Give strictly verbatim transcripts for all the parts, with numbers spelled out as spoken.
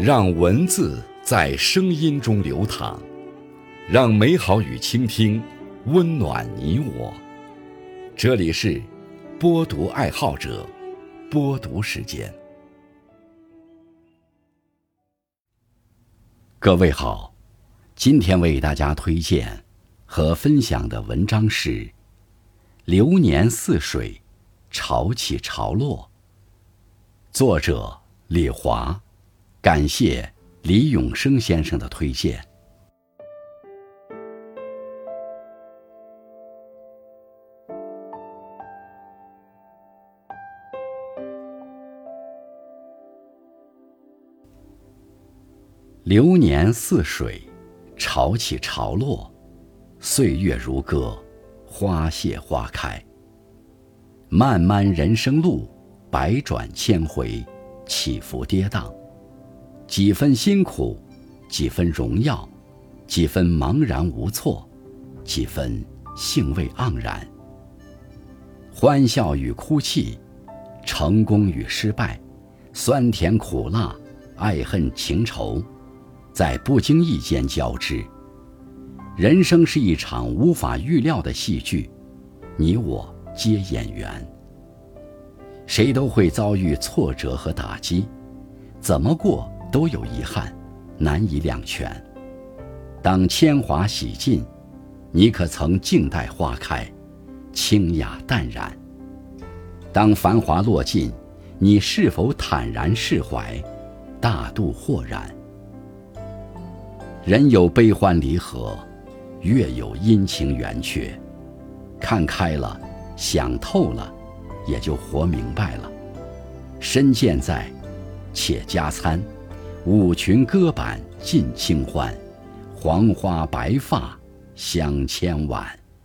让文字在声音中流淌，让美好与倾听温暖你我。这里是播读爱好者播读时间。各位好，今天为大家推荐和分享的文章是《流年似水，潮起潮落》，作者李华，感谢李永生先生的推荐。流年似水，潮起潮落，岁月如歌，花谢花开。漫漫人生路，百转千回，起伏跌宕，几分辛苦，几分荣耀，几分茫然无措，几分兴味盎然。欢笑与哭泣，成功与失败，酸甜苦辣，爱恨情仇，在不经意间交织。人生是一场无法预料的戏剧，你我皆演员。谁都会遭遇挫折和打击，怎么过都有遗憾，难以两全。当铅华洗尽，你可曾静待花开，清雅淡然？当繁华落尽，你是否坦然释怀，大度豁然？人有悲欢离合，月有阴晴圆缺，看开了，想透了，也就活明白了。身健在，且加餐，舞裙歌板尽清欢，黄花白发相牵挽。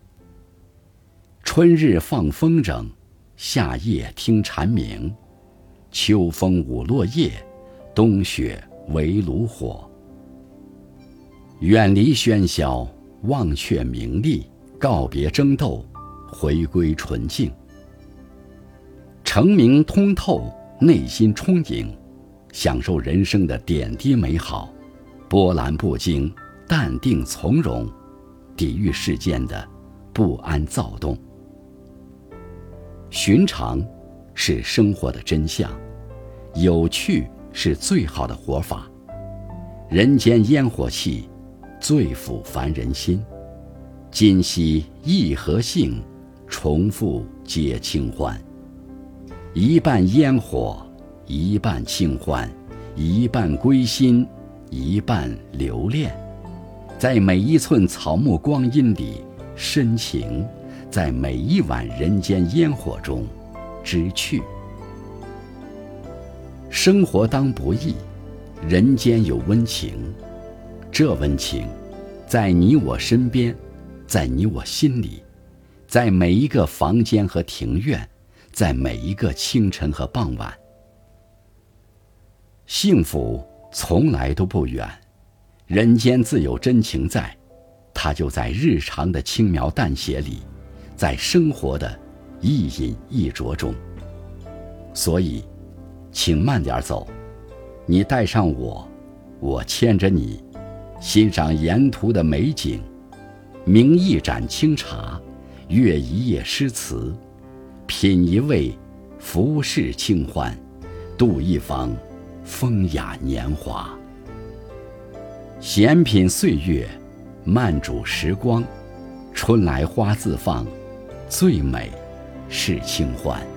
春日放风筝，夏夜听蝉鸣，秋风舞落叶，冬雪围炉火。远离喧嚣，忘却名利，告别争斗，回归纯净。澄明通透，内心充盈，享受人生的点滴美好，波澜不惊，淡定从容，抵御世间的不安躁动。寻常是生活的真相，有趣是最好的活法。人间烟火气，最抚凡人心。今夕意何幸，重复皆清欢。一半烟火，一半清欢，一半归心，一半留恋。在每一寸草木光阴里深情，在每一碗人间烟火中知趣。生活当不易，人间有温情。这温情在你我身边，在你我心里，在每一个房间和庭院，在每一个清晨和傍晚。幸福从来都不远，人间自有真情在，它就在日常的轻描淡写里，在生活的一饮一啄中。所以请慢点走，你带上我，我牵着你，欣赏沿途的美景，茗一盏清茶，阅一页诗词，品一味浮世清欢，度一方风雅年华。闲品岁月，慢煮时光，春来花自放，最美是清欢。